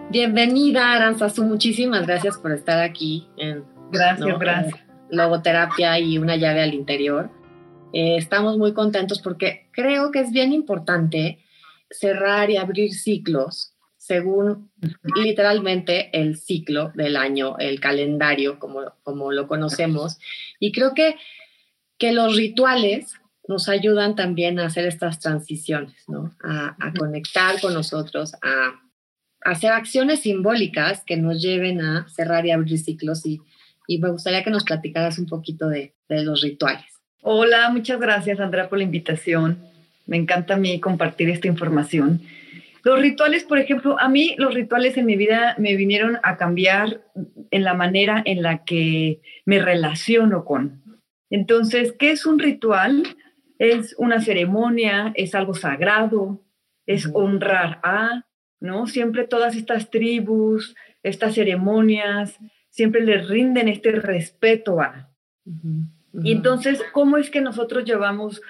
Bienvenida, Aranzazu. Muchísimas gracias por estar aquí en Gracias. Logoterapia y una llave al interior. Estamos muy contentos porque creo que es bien importante cerrar y abrir ciclos según literalmente el ciclo del año, el calendario, como lo conocemos. Y creo que los rituales nos ayudan también a hacer estas transiciones, ¿no? A conectar con nosotros, a hacer acciones simbólicas que nos lleven a cerrar y abrir ciclos y me gustaría que nos platicaras un poquito de los rituales. Hola, muchas gracias, Andrea, por la invitación. Me encanta a mí compartir esta información. Los rituales, por ejemplo, a mí los rituales en mi vida me vinieron a cambiar en la manera en la que me relaciono con. Entonces, ¿qué es un ritual? Es una ceremonia, es algo sagrado, es honrar a, ¿no? Siempre todas estas tribus, estas ceremonias, siempre les rinden este respeto a. Y entonces, ¿cómo es que nosotros llevamos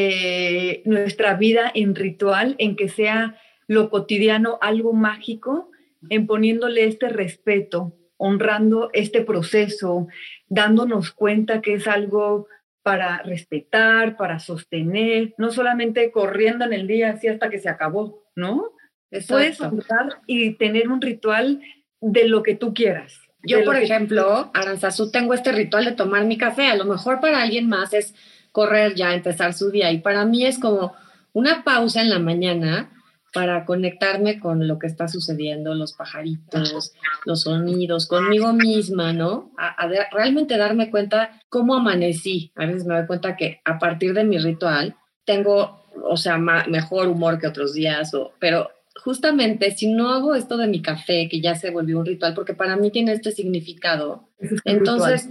nuestra vida en ritual, en que sea lo cotidiano algo mágico, en poniéndole este respeto, honrando este proceso, dándonos cuenta que es algo para respetar, para sostener, no solamente corriendo en el día así hasta que se acabó, ¿no? Exacto. Puedes honrar y tener un ritual de lo que tú quieras. Yo, por ejemplo, Aranzazu, tengo este ritual de tomar mi café. A lo mejor para alguien más es correr ya, empezar su día. Y para mí es como una pausa en la mañana para conectarme con lo que está sucediendo, los pajaritos, los sonidos, conmigo misma, ¿no? Realmente darme cuenta cómo amanecí. A veces me doy cuenta que a partir de mi ritual tengo, o sea, mejor humor que otros días, pero justamente si no hago esto de mi café, que ya se volvió un ritual, porque para mí tiene este significado, entonces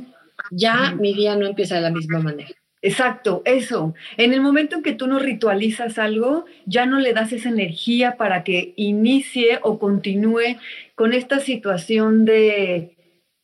ya mi día no empieza de la misma manera. Exacto, eso. En el momento en que tú no ritualizas algo, ya no le das esa energía para que inicie o continúe con esta situación de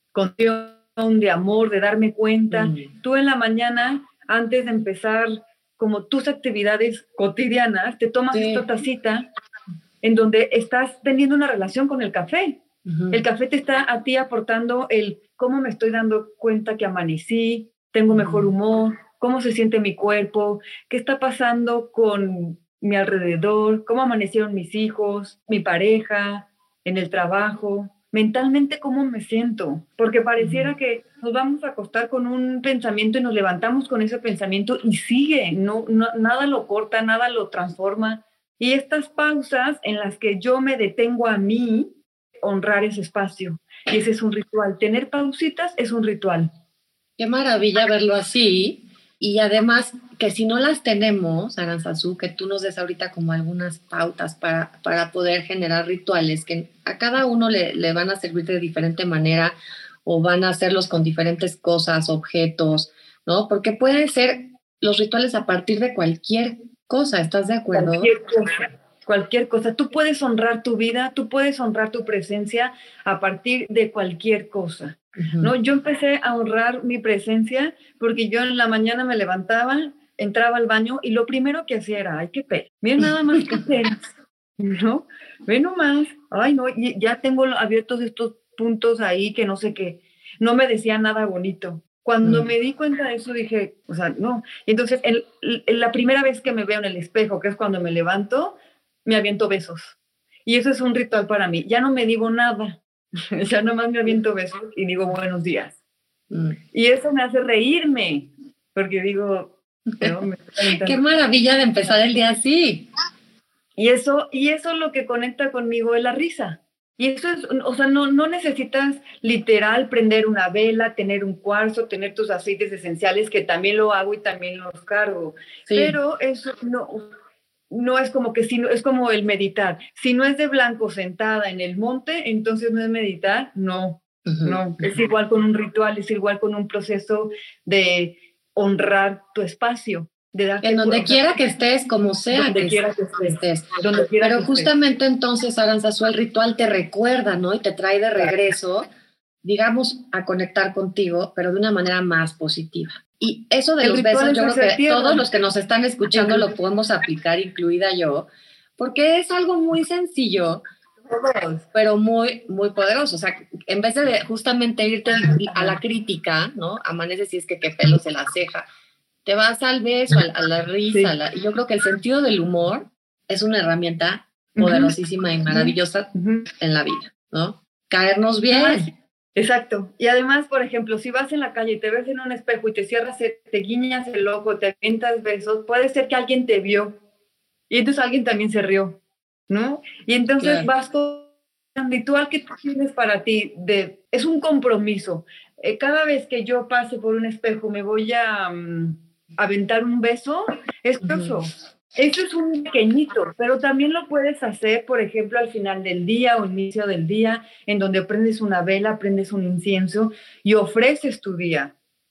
condición, de amor, de darme cuenta. Tú en la mañana, antes de empezar como tus actividades cotidianas, te tomas esta tacita en donde estás teniendo una relación con el café. El café te está a ti aportando el cómo me estoy dando cuenta que amanecí, tengo mejor humor, cómo se siente mi cuerpo, qué está pasando con mi alrededor, cómo amanecieron mis hijos, mi pareja, en el trabajo, mentalmente cómo me siento, porque pareciera que nos vamos a acostar con un pensamiento y nos levantamos con ese pensamiento y sigue, nada lo corta, nada lo transforma. Y estas pausas en las que yo me detengo a mí, honrar ese espacio. Y ese es un ritual. Tener pausitas es un ritual. Qué maravilla verlo así. Y además, que si no las tenemos, Aranzazu, que tú nos des ahorita como algunas pautas para poder generar rituales que a cada uno le van a servir de diferente manera o van a hacerlos con diferentes cosas, objetos, ¿no? Porque pueden ser los rituales a partir de cualquier cosa, ¿estás de acuerdo? Cualquier cosa. Tú puedes honrar tu vida, tú puedes honrar tu presencia a partir de cualquier cosa. ¿No? Yo empecé a honrar mi presencia porque yo en la mañana me levantaba, entraba al baño y lo primero que hacía era, ay, qué pena, miren nada más que penas, ¿no? Ve nomás, ay, no, ya tengo abiertos estos puntos ahí que no sé qué, no me decía nada bonito. Cuando me di cuenta de eso dije, o sea, no. Entonces, la primera vez que me veo en el espejo, que es cuando me levanto, me aviento besos. Y eso es un ritual para mí. Ya no me digo nada. Ya nomás me aviento besos y digo buenos días. Y eso me hace reírme, porque digo, ¿no? Qué maravilla de empezar el día así. Y eso lo que conecta conmigo es la risa. Y eso es, o sea, no necesitas literal prender una vela, tener un cuarzo, tener tus aceites esenciales, que también lo hago y también los cargo. Sí. Pero eso no es como que es como el meditar. Si no es de blanco sentada en el monte, entonces no es meditar, no. No, es igual con un ritual, es igual con un proceso de honrar tu espacio. En donde quiera que estés, como sea donde quiera que estés. Pero justamente entonces, Aranzazu, el ritual te recuerda, ¿no? Y te trae de regreso, digamos, a conectar contigo, pero de una manera más positiva. Y eso de los besos, yo creo que todos los que nos están escuchando lo podemos aplicar, incluida yo, porque es algo muy sencillo, todos. pero muy, muy poderoso. O sea, en vez de justamente irte a la crítica, ¿no? Amaneces y es que qué pelo se la ceja. Te vas al beso, a la risa. Sí. Y yo creo que el sentido del humor es una herramienta Ujú, poderosísima y maravillosa ujú. en la vida, ¿no? Caernos Además, bien. exacto. Y además, por ejemplo, si vas en la calle y te ves en un espejo y te cierras, te guiñas el ojo, te avientas besos, puede ser que alguien te vio y entonces alguien también se rió, ¿no? Y entonces Claro. vas con el ritual que tú tienes para ti, es un compromiso. Cada vez que yo pase por un espejo me voy a aventar un beso, es Ujú. eso. Eso es un pequeñito, pero también lo puedes hacer, por ejemplo, al final del día o inicio del día, en donde prendes una vela, prendes un incienso y ofreces tu día.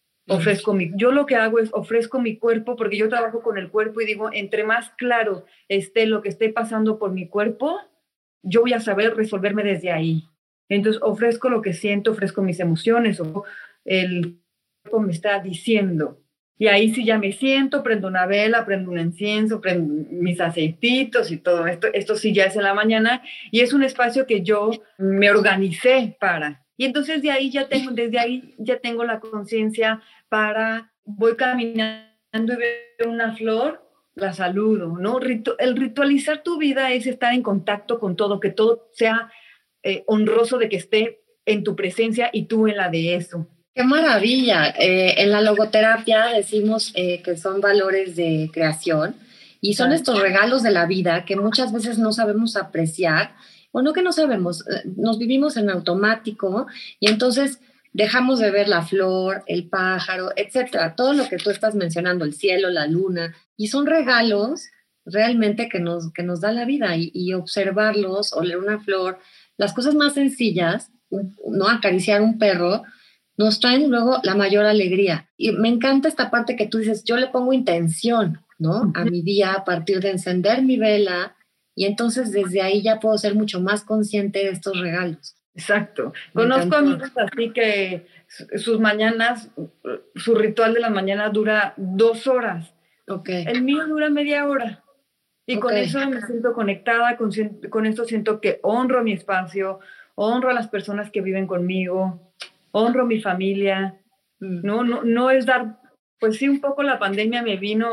Yo lo que hago es ofrezco mi cuerpo porque yo trabajo con el cuerpo y digo, entre más claro esté lo que esté pasando por mi cuerpo, yo voy a saber resolverme desde ahí. Entonces ofrezco lo que siento, ofrezco mis emociones o el cuerpo me está diciendo. Y ahí sí ya me siento, prendo una vela, prendo un incienso, prendo mis aceititos y todo esto. Esto sí ya es en la mañana y es un espacio que yo me organicé para. Y entonces desde ahí ya tengo la conciencia voy caminando y veo una flor, la saludo, ¿no? El ritualizar tu vida es estar en contacto con todo, que todo sea honroso de que esté en tu presencia y tú en la de eso. Qué maravilla. En la logoterapia decimos que son valores de creación y son estos regalos de la vida que muchas veces no sabemos apreciar, o no que no sabemos, nos vivimos en automático y entonces dejamos de ver la flor, el pájaro, etcétera, todo lo que tú estás mencionando, el cielo, la luna, y son regalos realmente que nos da la vida y observarlos, oler una flor, las cosas más sencillas, no acariciar un perro nos traen luego la mayor alegría. Y me encanta esta parte que tú dices, yo le pongo intención, ¿no? A mi día a partir de encender mi vela y entonces desde ahí ya puedo ser mucho más consciente de estos regalos. Exacto. Me Conozco encantó. amigos así que sus mañanas, su ritual de la mañana dura 2 horas. Ok, El mío dura media hora. Y ok. con eso me siento conectada, con esto siento que honro mi espacio, honro a las personas que viven conmigo, honro mi familia. Mm. No es dar, pues sí, un poco la pandemia me vino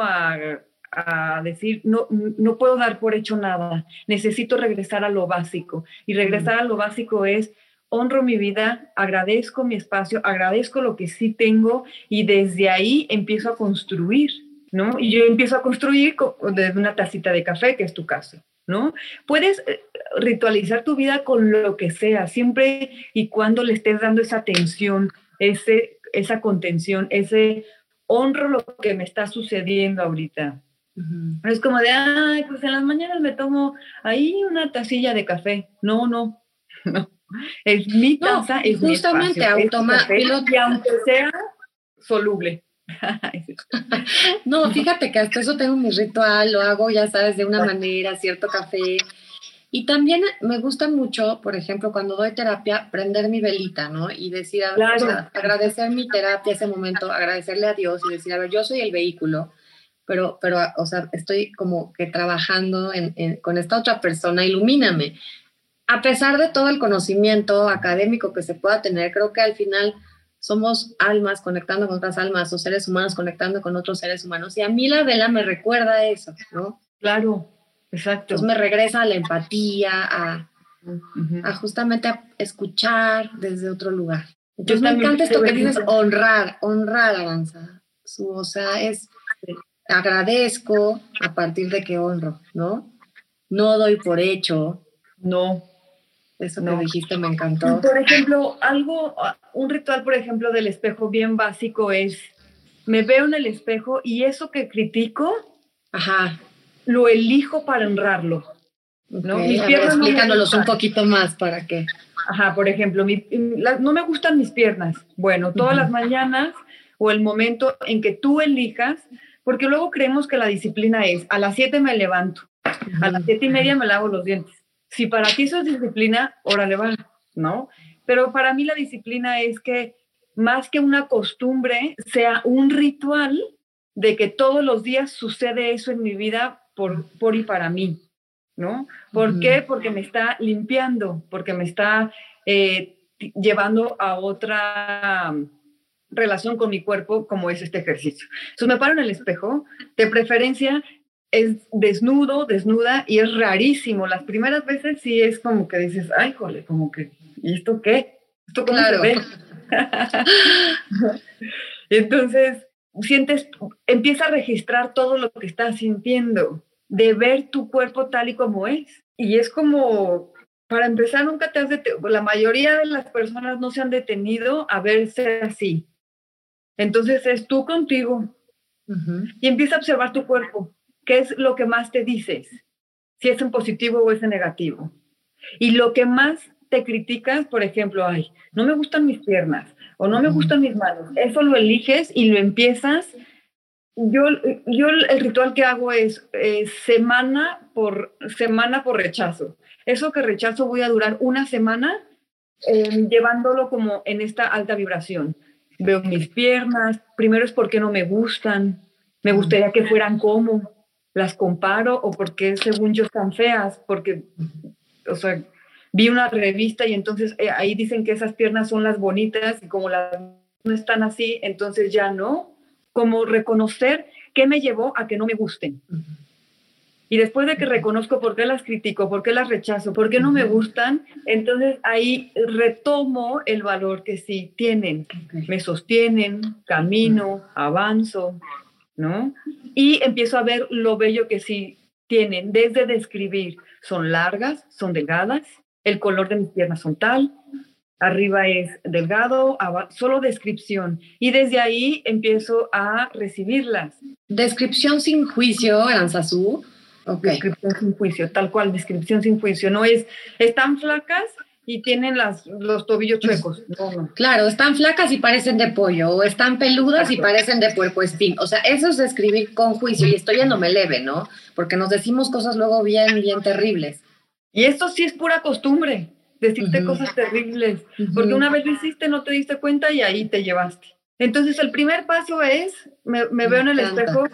a decir, no puedo dar por hecho nada, necesito regresar a lo básico. Y regresar a lo básico es, honro mi vida, agradezco mi espacio, agradezco lo que sí tengo y desde ahí empiezo a construir, ¿no? Y yo empiezo a construir desde una tacita de café, que es tu caso, ¿no? Puedes ritualizar tu vida con lo que sea, siempre y cuando le estés dando esa atención, esa contención, ese honro lo que me está sucediendo ahorita. No es como de, ay, pues en las mañanas me tomo ahí una tacilla de café. No, no, no. Es mi No, taza, y es mi justamente espacio, es mi café, y aunque sea soluble. no, fíjate que hasta eso tengo mi ritual, lo hago, ya sabes, de una manera, cierto café. Y también me gusta mucho, por ejemplo, cuando doy terapia, prender mi velita, ¿no? Y decir, o Claro, sea, agradecer mi terapia, ese momento, agradecerle a Dios y decir, a ver, yo soy el vehículo, pero, o sea, estoy como que trabajando con esta otra persona, ilumíname. A pesar de todo el conocimiento académico que se pueda tener, creo que al final somos almas conectando con otras almas o seres humanos conectando con otros seres humanos. Y a mí la vela me recuerda eso, ¿no? claro, Entonces exacto. me regresa a la empatía, Uh-huh. a justamente a escuchar desde otro lugar. Yo Entonces me también encanta prendo esto que dices, velita. honrar, Aranza. O sea, es agradezco a partir de que honro, ¿no? No doy por hecho. No, Eso que no. dijiste me encantó. Por ejemplo, un ritual, por ejemplo, del espejo bien básico es, me veo en el espejo y eso que critico, Ajá, lo elijo para honrarlo, ok. ¿no? Mis A ver, piernas no me explícanos un gustan. poquito más para que. Ajá, por ejemplo, no me gustan mis piernas. Bueno, todas las mañanas o el momento en que tú elijas, porque luego creemos que la disciplina es, a las 7 me levanto, a las 7:30 me lavo los dientes. Si para ti eso es disciplina, órale va, ¿no? Pero para mí la disciplina es que más que una costumbre, sea un ritual de que todos los días sucede eso en mi vida por y para mí. ¿no? ¿Por qué? Porque me está limpiando, porque me está llevando a otra relación con mi cuerpo, como es este ejercicio. Entonces me paro en el espejo, de preferencia es desnudo, desnuda, y es rarísimo. Las primeras veces sí es como que dices, ay, jole, como que, ¿y esto qué? ¿Esto cómo se ve? Entonces, empieza a registrar todo lo que estás sintiendo, de ver tu cuerpo tal y como es. Y es como, para empezar, nunca te has detenido, la mayoría de las personas no se han detenido a verse así. Entonces es tú contigo. Y empieza a observar tu cuerpo. ¿Qué es lo que más te dices? Si es en positivo o es en negativo. Y lo que más te criticas, por ejemplo, ay, no me gustan mis piernas o no me gustan mis manos. Eso lo eliges y lo empiezas. Yo el ritual que hago es semana por rechazo. Eso que rechazo voy a durar una semana llevándolo como en esta alta vibración. Veo mis piernas, primero es porque no me gustan, me gustaría que fueran como, las comparo o porque según yo están feas, porque, o sea, vi una revista y entonces ahí dicen que esas piernas son las bonitas y como las no están así, entonces ya no, como reconocer qué me llevó a que no me gusten. Y después de que reconozco por qué las critico, por qué las rechazo, por qué no me gustan, entonces ahí retomo el valor que sí tienen. Me sostienen, camino, avanzo, ¿no? Y empiezo a ver lo bello que sí tienen, desde describir. Son largas, son delgadas, el color de mis piernas son tal, arriba es delgado, solo descripción. Y desde ahí empiezo a recibirlas. Descripción sin juicio, Aranzazú. Okay. Descripción sin juicio, tal cual, descripción sin juicio. No es, están flacas y tienen los tobillos chuecos. No. Claro, están flacas y parecen de pollo, o están peludas y parecen de puercoespín. O sea, eso es describir con juicio, y estoy yéndome leve, ¿no? Porque nos decimos cosas luego bien, bien terribles. Y esto sí es pura costumbre, decirte cosas terribles, porque una vez lo hiciste, no te diste cuenta y ahí te llevaste. Entonces, el primer paso es, me veo en el espejo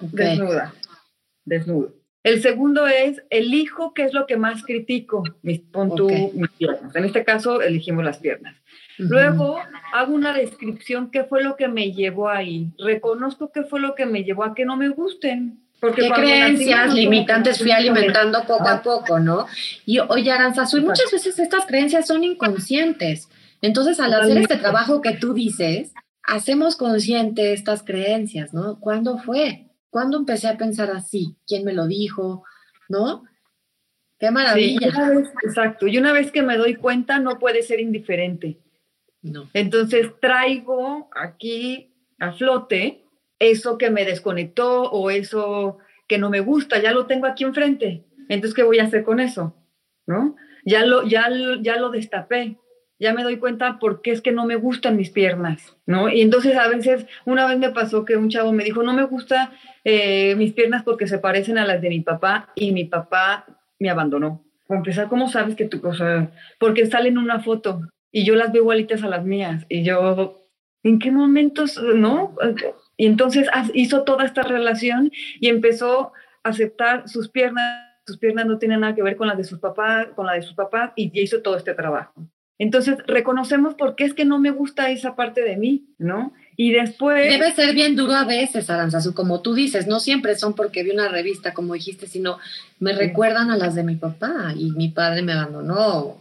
desnuda. El segundo es, elijo qué es lo que más critico, pon tú mis piernas. En este caso, elegimos las piernas. Luego, hago una descripción, qué fue lo que me llevó ahí. Reconozco qué fue lo que me llevó a que no me gusten. Porque ¿qué creencias limitantes fui alimentando poco a poco, no? Y oye, Aranzazú, muchas veces estas creencias son inconscientes. Entonces, al hacer este trabajo que tú dices, hacemos consciente estas creencias, ¿no? ¿Cuándo fue? ¿Cuándo empecé a pensar así? ¿Quién me lo dijo? ¿No? ¡Qué maravilla! Sí, exacto. Y una vez que me doy cuenta, no puede ser indiferente. No. Entonces traigo aquí a flote eso que me desconectó o eso que no me gusta, ya lo tengo aquí enfrente. Entonces, ¿qué voy a hacer con eso? ¿No? Ya lo destapé. Ya me doy cuenta por qué es que no me gustan mis piernas, ¿no? Y entonces a veces, una vez me pasó que un chavo me dijo, no me gustan mis piernas porque se parecen a las de mi papá y mi papá me abandonó. Para empezar, ¿cómo sabes que tu cosa? Porque sale en una foto y yo las veo igualitas a las mías. Y yo, ¿en qué momentos, no? Y entonces hizo toda esta relación y empezó a aceptar sus piernas. Sus piernas no tienen nada que ver con las de sus papás, y hizo todo este trabajo. Entonces, reconocemos por qué es que no me gusta esa parte de mí, ¿no? Y después... Debe ser bien duro a veces, Aranzazú, como tú dices, no siempre son porque vi una revista, como dijiste, sino me recuerdan a las de mi papá y mi padre me abandonó.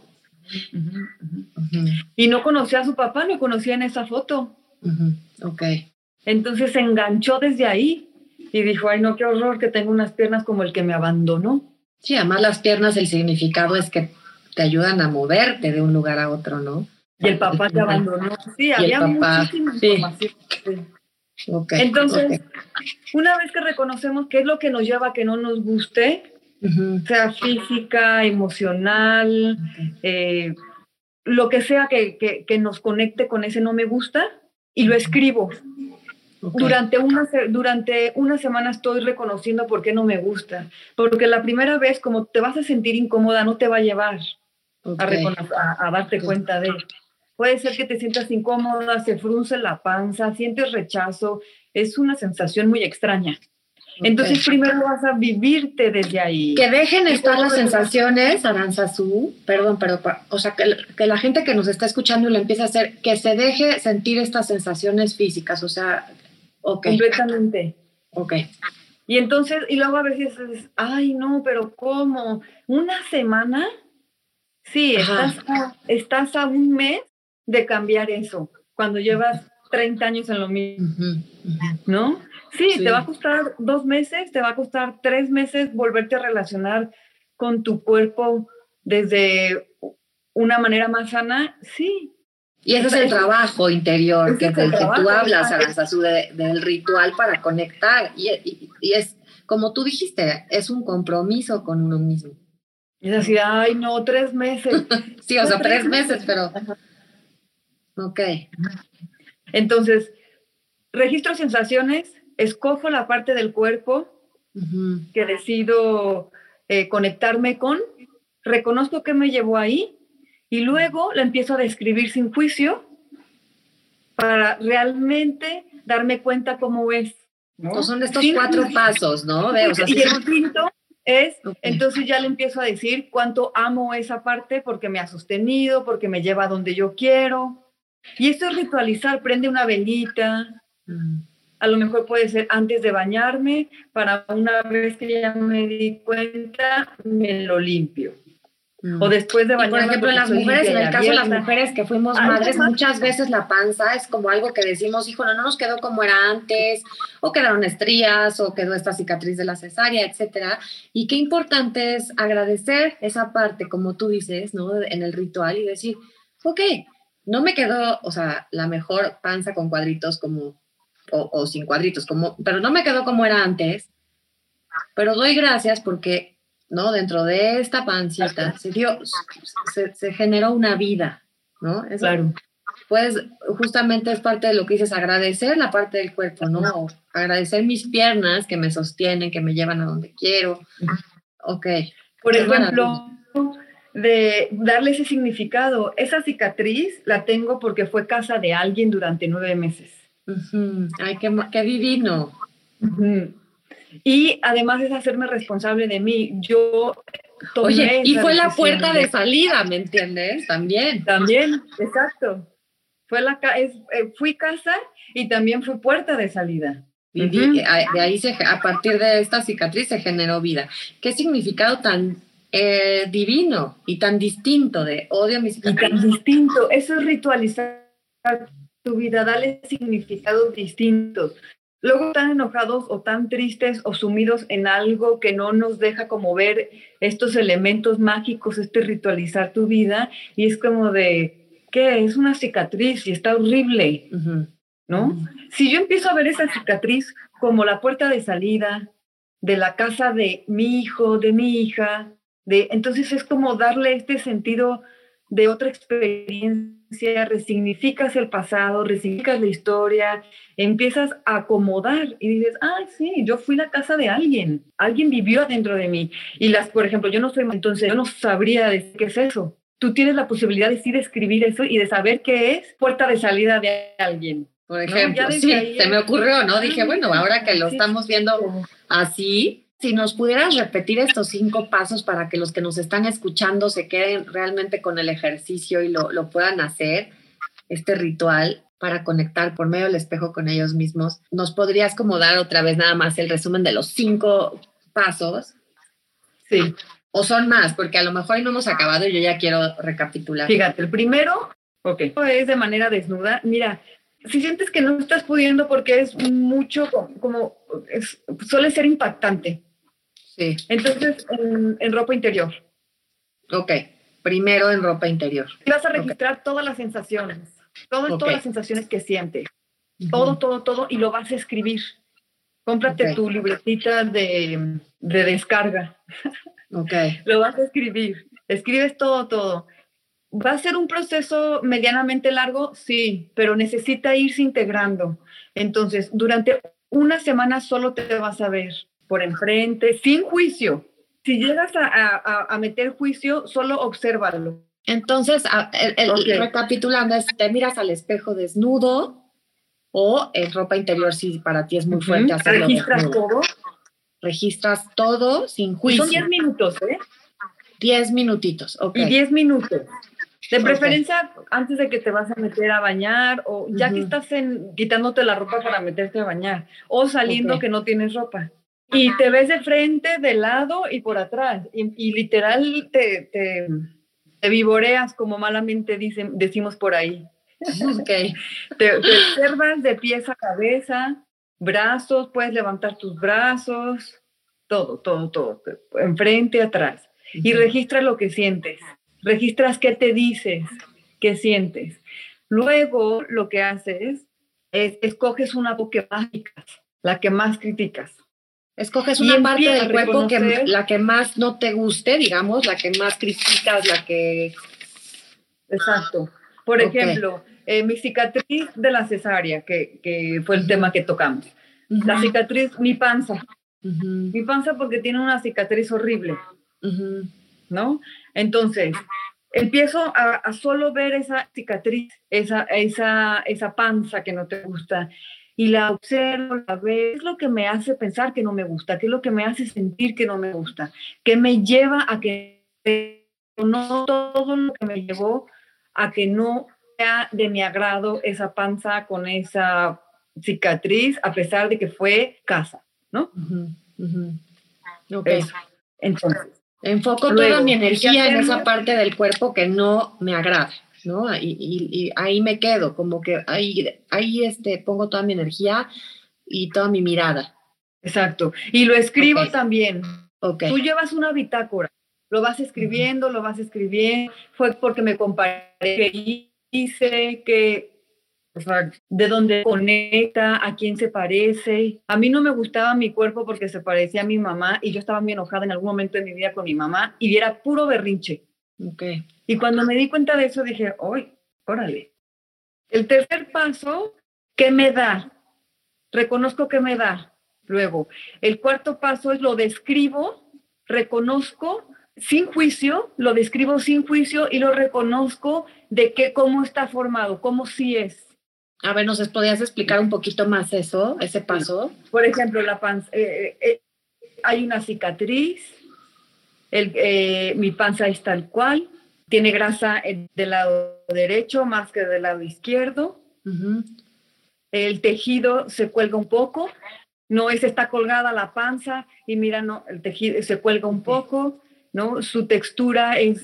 Y no conocía a su papá, lo conocía en esa foto. Ok. Entonces se enganchó desde ahí y dijo, ay, no, qué horror que tengo unas piernas como el que me abandonó. Sí, además las piernas, el significado es que te ayudan a moverte de un lugar a otro, ¿no? Y el papá te abandonó. Sí, había muchísima información. Sí. Okay, entonces, una vez que reconocemos qué es lo que nos lleva a que no nos guste, sea física, emocional, lo que sea que nos conecte con ese no me gusta, y lo escribo. Durante una semana estoy reconociendo por qué no me gusta. Porque la primera vez, como te vas a sentir incómoda, no te va a llevar a darte cuenta de. Puede ser que te sientas incómoda, se frunce la panza, sientes rechazo. Es una sensación muy extraña. Entonces primero vas a vivirte desde ahí. Que dejen estar las sensaciones, Aranzazú, perdón, pero o sea, que la gente que nos está escuchando lo empiece a hacer, que se deje sentir estas sensaciones físicas, o sea, completamente. Ok. Y entonces, y luego a veces dices, ay, no, pero ¿cómo? ¿Una semana? Sí, estás a un mes de cambiar eso, cuando llevas 30 años en lo mismo, ¿no? Sí, te va a costar 2 meses, te va a costar 3 meses volverte a relacionar con tu cuerpo desde una manera más sana, sí. Y ese es el trabajo interior del que tú hablas, Aranzazú, del ritual para conectar. Y es, como tú dijiste, es un compromiso con uno mismo. Es decir, ay, no, 3 meses. Sí, o sea, 3 meses, pero... Ok. Entonces, registro sensaciones, escojo la parte del cuerpo que decido conectarme con, reconozco qué me llevó ahí y luego la empiezo a describir sin juicio para realmente darme cuenta cómo es, ¿no? Entonces son estos 4 pasos, ¿no? O sea, y el quinto es, entonces ya le empiezo a decir cuánto amo esa parte porque me ha sostenido, porque me lleva a donde yo quiero. Y esto es ritualizar, prende una velita, a lo mejor puede ser antes de bañarme, para una vez que ya me di cuenta, me lo limpio. O después de bañarme. Y por ejemplo, las mujeres, en el caso de las mujeres que fuimos madres, muchas veces la panza es como algo que decimos, hijo, no nos quedó como era antes, o quedaron estrías, o quedó esta cicatriz de la cesárea, etcétera. Y qué importante es agradecer esa parte, como tú dices, ¿no? En el ritual y decir, ok, no me quedó, o sea, la mejor panza con cuadritos como, o sin cuadritos, como, pero no me quedó como era antes, pero doy gracias porque, ¿no? Dentro de esta pancita se generó una vida, ¿no? Eso, claro. Pues justamente es parte de lo que dices, agradecer la parte del cuerpo, ¿no? Agradecer mis piernas que me sostienen, que me llevan a donde quiero. Ok. Por ejemplo, de darle ese significado. Esa cicatriz la tengo porque fue casa de alguien durante 9 meses. Ay, qué divino. Y además es hacerme responsable de mí. Yo tomé. Oye, y fue la puerta de salida, ¿me entiendes? También, exacto. Fui casa y también fui puerta de salida. Y de ahí a partir de esta cicatriz se generó vida. ¿Qué significado tan divino y tan distinto de odio a mi cicatriz? Y tan distinto. Eso es ritualizar tu vida, darle significados distintos. Luego están enojados o tan tristes o sumidos en algo que no nos deja como ver estos elementos mágicos, ritualizar tu vida, y es como de, ¿qué? Es una cicatriz y está horrible, ¿no? Si yo empiezo a ver esa cicatriz como la puerta de salida de la casa de mi hijo, de mi hija, entonces es como darle este sentido de otra experiencia, resignificas el pasado, resignificas la historia, empiezas a acomodar y dices, sí, yo fui la casa de alguien vivió adentro de mí. Y por ejemplo, yo no soy, entonces yo no sabría decir qué es eso. Tú tienes la posibilidad de sí describir eso y de saber qué es puerta de salida de alguien. Por ejemplo, ¿no? Sí, se me ocurrió, ¿no? Dije, bueno, ahora que lo estamos viendo así, si nos pudieras repetir estos 5 pasos para que los que nos están escuchando se queden realmente con el ejercicio y lo puedan hacer, este ritual para conectar por medio del espejo con ellos mismos, ¿nos podrías como dar otra vez nada más el resumen de los 5 pasos? Sí. ¿O son más? Porque a lo mejor hoy no hemos acabado y yo ya quiero recapitular. Fíjate, el primero es de manera desnuda. Mira, si sientes que no estás pudiendo porque es mucho, suele ser impactante. Sí. Entonces, en ropa interior. Ok, primero en ropa interior. Vas a registrar todas las sensaciones, todas las sensaciones que sientes. Todo, y lo vas a escribir. Cómprate tu libretita de descarga. Lo vas a escribir. Escribes todo. ¿Va a ser un proceso medianamente largo? Sí, pero necesita irse integrando. Entonces, durante una semana solo te vas a ver por enfrente, sin juicio. Si llegas a meter juicio, solo obsérvalo. Entonces, recapitulando, te miras al espejo desnudo o en ropa interior si para ti es muy fuerte hacerlo registras desnudo. todo. registras todo sin Y juicio. son 10 minutos, ¿eh? 10 minutitos, ok. Y 10 minutos. De preferencia, Ok. antes de que te vas a meter a bañar o ya que estás quitándote la ropa para meterte a bañar o saliendo Ok. que no tienes ropa. Y te ves de frente, de lado y por atrás. Y literal te vivoreas, como malamente decimos por ahí. Ok. Te observas de pies a cabeza, brazos, puedes levantar tus brazos, todo, enfrente, atrás. Y registra lo que sientes. Registras qué te dices, qué sientes. Luego lo que haces es escoges una voz que más criticas, la que más criticas. Escoges Y una parte empieza a del cuerpo que reconocer la que más no te guste, digamos, la que más criticas, la que... Exacto. Por Ok. ejemplo, mi cicatriz de la cesárea, que fue el tema que tocamos. La cicatriz, mi panza. Mi panza porque tiene una cicatriz horrible, ¿no? Entonces, empiezo a solo ver esa cicatriz, esa panza que no te gusta, y la observo, la veo. ¿Qué es lo que me hace pensar que no me gusta? ¿Qué es lo que me hace sentir que no me gusta? ¿Qué me lleva a que no todo lo que me llevó a que no sea de mi agrado esa panza con esa cicatriz, a pesar de que fue casa, ¿no? Ok. Eso. Entonces, Enfoco luego, toda mi ¿qué energía en esa hacemos? parte del cuerpo que no me agrada, ¿no? Y ahí me quedo, como que ahí pongo toda mi energía y toda mi mirada. Exacto. Y lo escribo Ok. también. Ok. Tú llevas una bitácora, lo vas escribiendo, fue porque me comparé, que hice, o sea, de dónde conecta, a quién se parece. A mí no me gustaba mi cuerpo porque se parecía a mi mamá y yo estaba muy enojada en algún momento de mi vida con mi mamá y era puro berrinche. Ok. Y cuando me di cuenta de eso dije, ¡ay, órale! El tercer paso, ¿qué me da? Reconozco qué me da. Luego, el cuarto paso es lo describo, reconozco sin juicio, lo describo sin juicio y lo reconozco de cómo está formado, cómo sí es. A ver, ¿nos podrías explicar un poquito más eso, ese paso? Por ejemplo, la panza, hay una cicatriz, mi panza es tal cual, tiene grasa del lado derecho más que del lado izquierdo. El tejido se cuelga un poco, no está colgada la panza y mira, no, el tejido se cuelga un poco, ¿no? Su textura es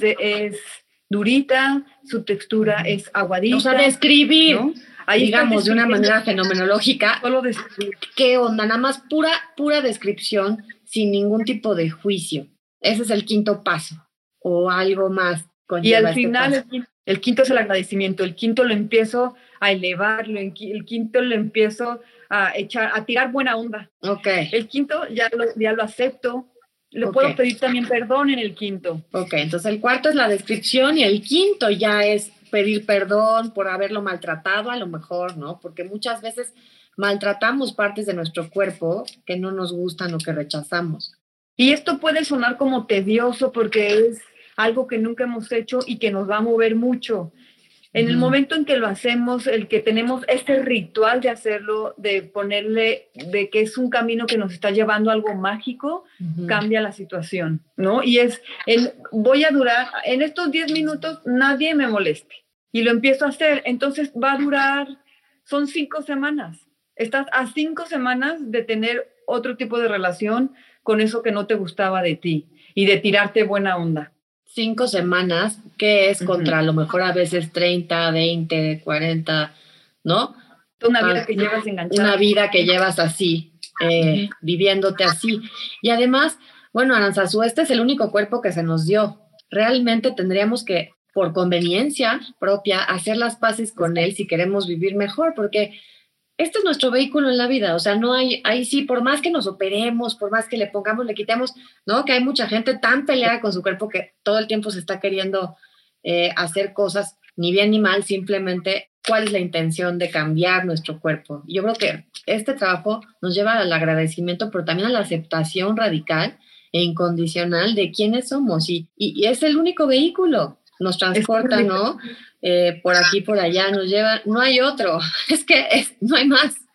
durita, su textura es aguadita. O sea, describir, ¿no? Ahí digamos, de una manera fenomenológica, solo describir. ¿Qué onda? Nada más pura descripción, sin ningún tipo de juicio. Ese es el quinto paso, o algo más Y al conlleva final, paso. el quinto es el agradecimiento. El quinto lo empiezo a elevar, el quinto lo empiezo a tirar buena onda. Ok. El quinto ya lo acepto. Le puedo pedir también perdón en el quinto. Ok, entonces el cuarto es la descripción y el quinto ya es pedir perdón por haberlo maltratado, a lo mejor, ¿no? Porque muchas veces maltratamos partes de nuestro cuerpo que no nos gustan o que rechazamos. Y esto puede sonar como tedioso porque es algo que nunca hemos hecho y que nos va a mover mucho. En el momento en que lo hacemos, el que tenemos este ritual de hacerlo, de ponerle, de que es un camino que nos está llevando a algo mágico, cambia la situación, ¿no? Y voy a durar, en estos 10 minutos nadie me moleste. Y lo empiezo a hacer, entonces va a durar, son 5 semanas. Estás a 5 semanas de tener otro tipo de relación con eso que no te gustaba de ti y de tirarte buena onda. 5 semanas, que es contra a lo mejor a veces 30, 20, 40, ¿no? Una vida que llevas enganchada. Una vida que llevas así, viviéndote así. Y además, bueno, Aranzazú, este es el único cuerpo que se nos dio. Realmente tendríamos que, por conveniencia propia, hacer las paces con él si queremos vivir mejor, porque este es nuestro vehículo en la vida, o sea, no hay, ahí sí, por más que nos operemos, por más que le pongamos, le quitemos, ¿no? Que hay mucha gente tan peleada con su cuerpo que todo el tiempo se está queriendo hacer cosas, ni bien ni mal, simplemente cuál es la intención de cambiar nuestro cuerpo. Yo creo que este trabajo nos lleva al agradecimiento, pero también a la aceptación radical e incondicional de quiénes somos y es el único vehículo, nos transporta, ¿no? Por aquí, por allá, nos lleva, no hay otro, no hay más.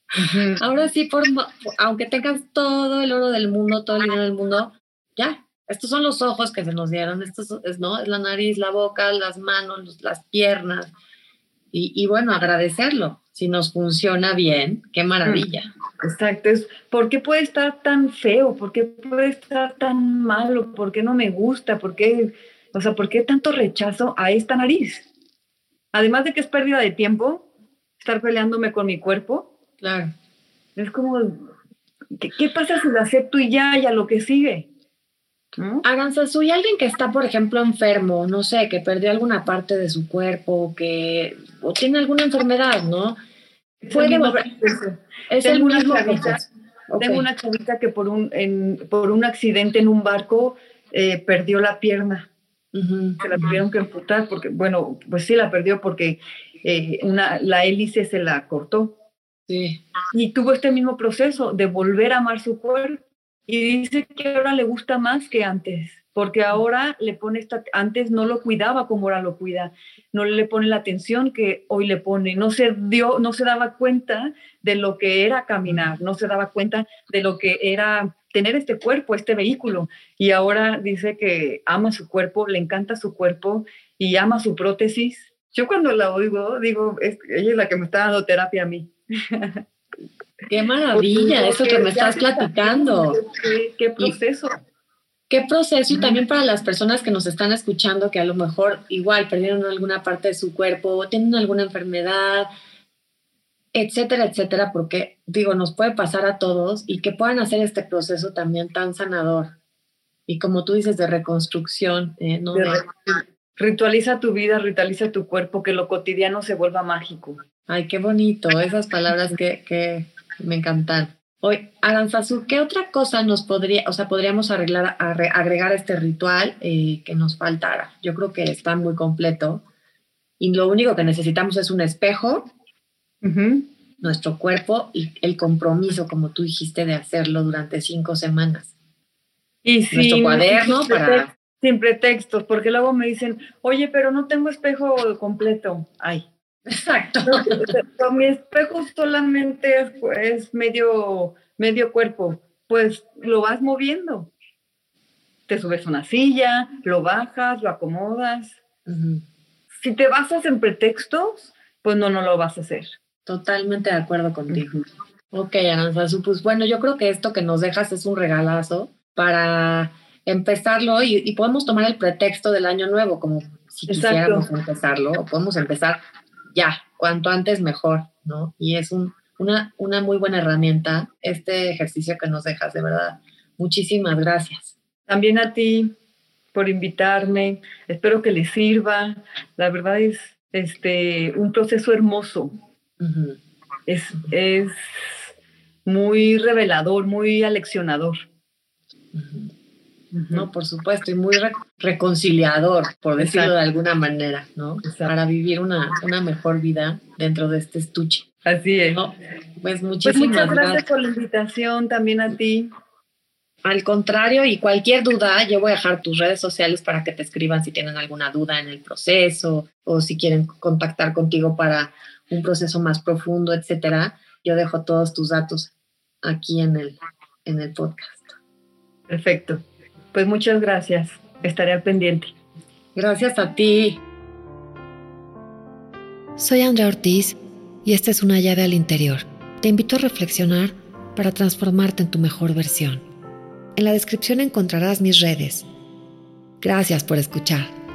Ahora sí, aunque tengas todo el oro del mundo, todo el dinero del mundo, ya, estos son los ojos que se nos dieron, ¿no? Es la nariz, la boca, las manos, las piernas, y bueno, agradecerlo. Si nos funciona bien, qué maravilla. Exacto, ¿por qué puede estar tan feo? ¿Por qué puede estar tan malo? ¿Por qué no me gusta? ¿Por qué tanto rechazo a esta nariz? Además de que es pérdida de tiempo, estar peleándome con mi cuerpo. Claro. Es como, ¿qué pasa si lo acepto y ya lo que sigue? ¿No? Aranzazu, y alguien que está, por ejemplo, enfermo, no sé, que perdió alguna parte de su cuerpo, o tiene alguna enfermedad, ¿no? Puede volver. Es el mismo proceso. Tengo una chavita que por un accidente en un barco perdió la pierna. Se la tuvieron que amputar porque, bueno, pues sí la perdió porque la hélice se la cortó. Sí. Y tuvo este mismo proceso de volver a amar su cuerpo. Y dice que ahora le gusta más que antes, porque ahora le pone antes no lo cuidaba como ahora lo cuida, no le pone la atención que hoy le pone, no se daba cuenta de lo que era caminar, no se daba cuenta de lo que era tener este cuerpo, este vehículo, y ahora dice que ama su cuerpo, le encanta su cuerpo y ama su prótesis. Yo cuando la oigo, digo, ella es la que me está dando terapia a mí. ¡Qué maravilla! Eso que me estás platicando. ¿Qué proceso? ¿Qué proceso? Y también para las personas que nos están escuchando, que a lo mejor igual perdieron alguna parte de su cuerpo, o tienen alguna enfermedad, etcétera, etcétera, porque digo, nos puede pasar a todos, y que puedan hacer este proceso también tan sanador. Y como tú dices, de reconstrucción, ¿no? Ritualiza tu vida, ritualiza tu cuerpo, que lo cotidiano se vuelva mágico. Ay, qué bonito, esas palabras que me encantan. Hoy, Aranzazu, ¿qué otra cosa podríamos agregar a este ritual que nos faltara? Yo creo que está muy completo, y lo único que necesitamos es un espejo, nuestro cuerpo y el compromiso, como tú dijiste, de hacerlo durante 5 semanas. Y nuestro cuaderno sin pretextos, porque luego me dicen, oye, pero no tengo espejo completo. Ay. Exacto. Mi espejo solamente es medio cuerpo, pues lo vas moviendo. Te subes a una silla, lo bajas, lo acomodas. Si te basas en pretextos, pues no lo vas a hacer. Totalmente de acuerdo contigo. Ok, Aranzazu, pues bueno, yo creo que esto que nos dejas es un regalazo para empezarlo, y podemos tomar el pretexto del año nuevo, como si quisiéramos empezarlo, o podemos empezar ya, cuanto antes mejor, ¿no? Y es una muy buena herramienta este ejercicio que nos dejas, de verdad. Muchísimas gracias. También a ti por invitarme, espero que les sirva. La verdad es un proceso hermoso. Es muy revelador, muy aleccionador. No, por supuesto, y muy reconciliador, por decirlo de alguna manera, ¿no? Para vivir una mejor vida dentro de este estuche. Así es. ¿No? Pues muchas gracias por la invitación, también a ti. Al contrario, y cualquier duda, yo voy a dejar tus redes sociales para que te escriban si tienen alguna duda en el proceso, o si quieren contactar contigo para un proceso más profundo, etcétera. Yo dejo todos tus datos aquí en el podcast. Perfecto. Pues muchas gracias. Estaré al pendiente. Gracias a ti. Soy Andrea Ortiz y esta es una llave al interior. Te invito a reflexionar para transformarte en tu mejor versión. En la descripción encontrarás mis redes. Gracias por escuchar.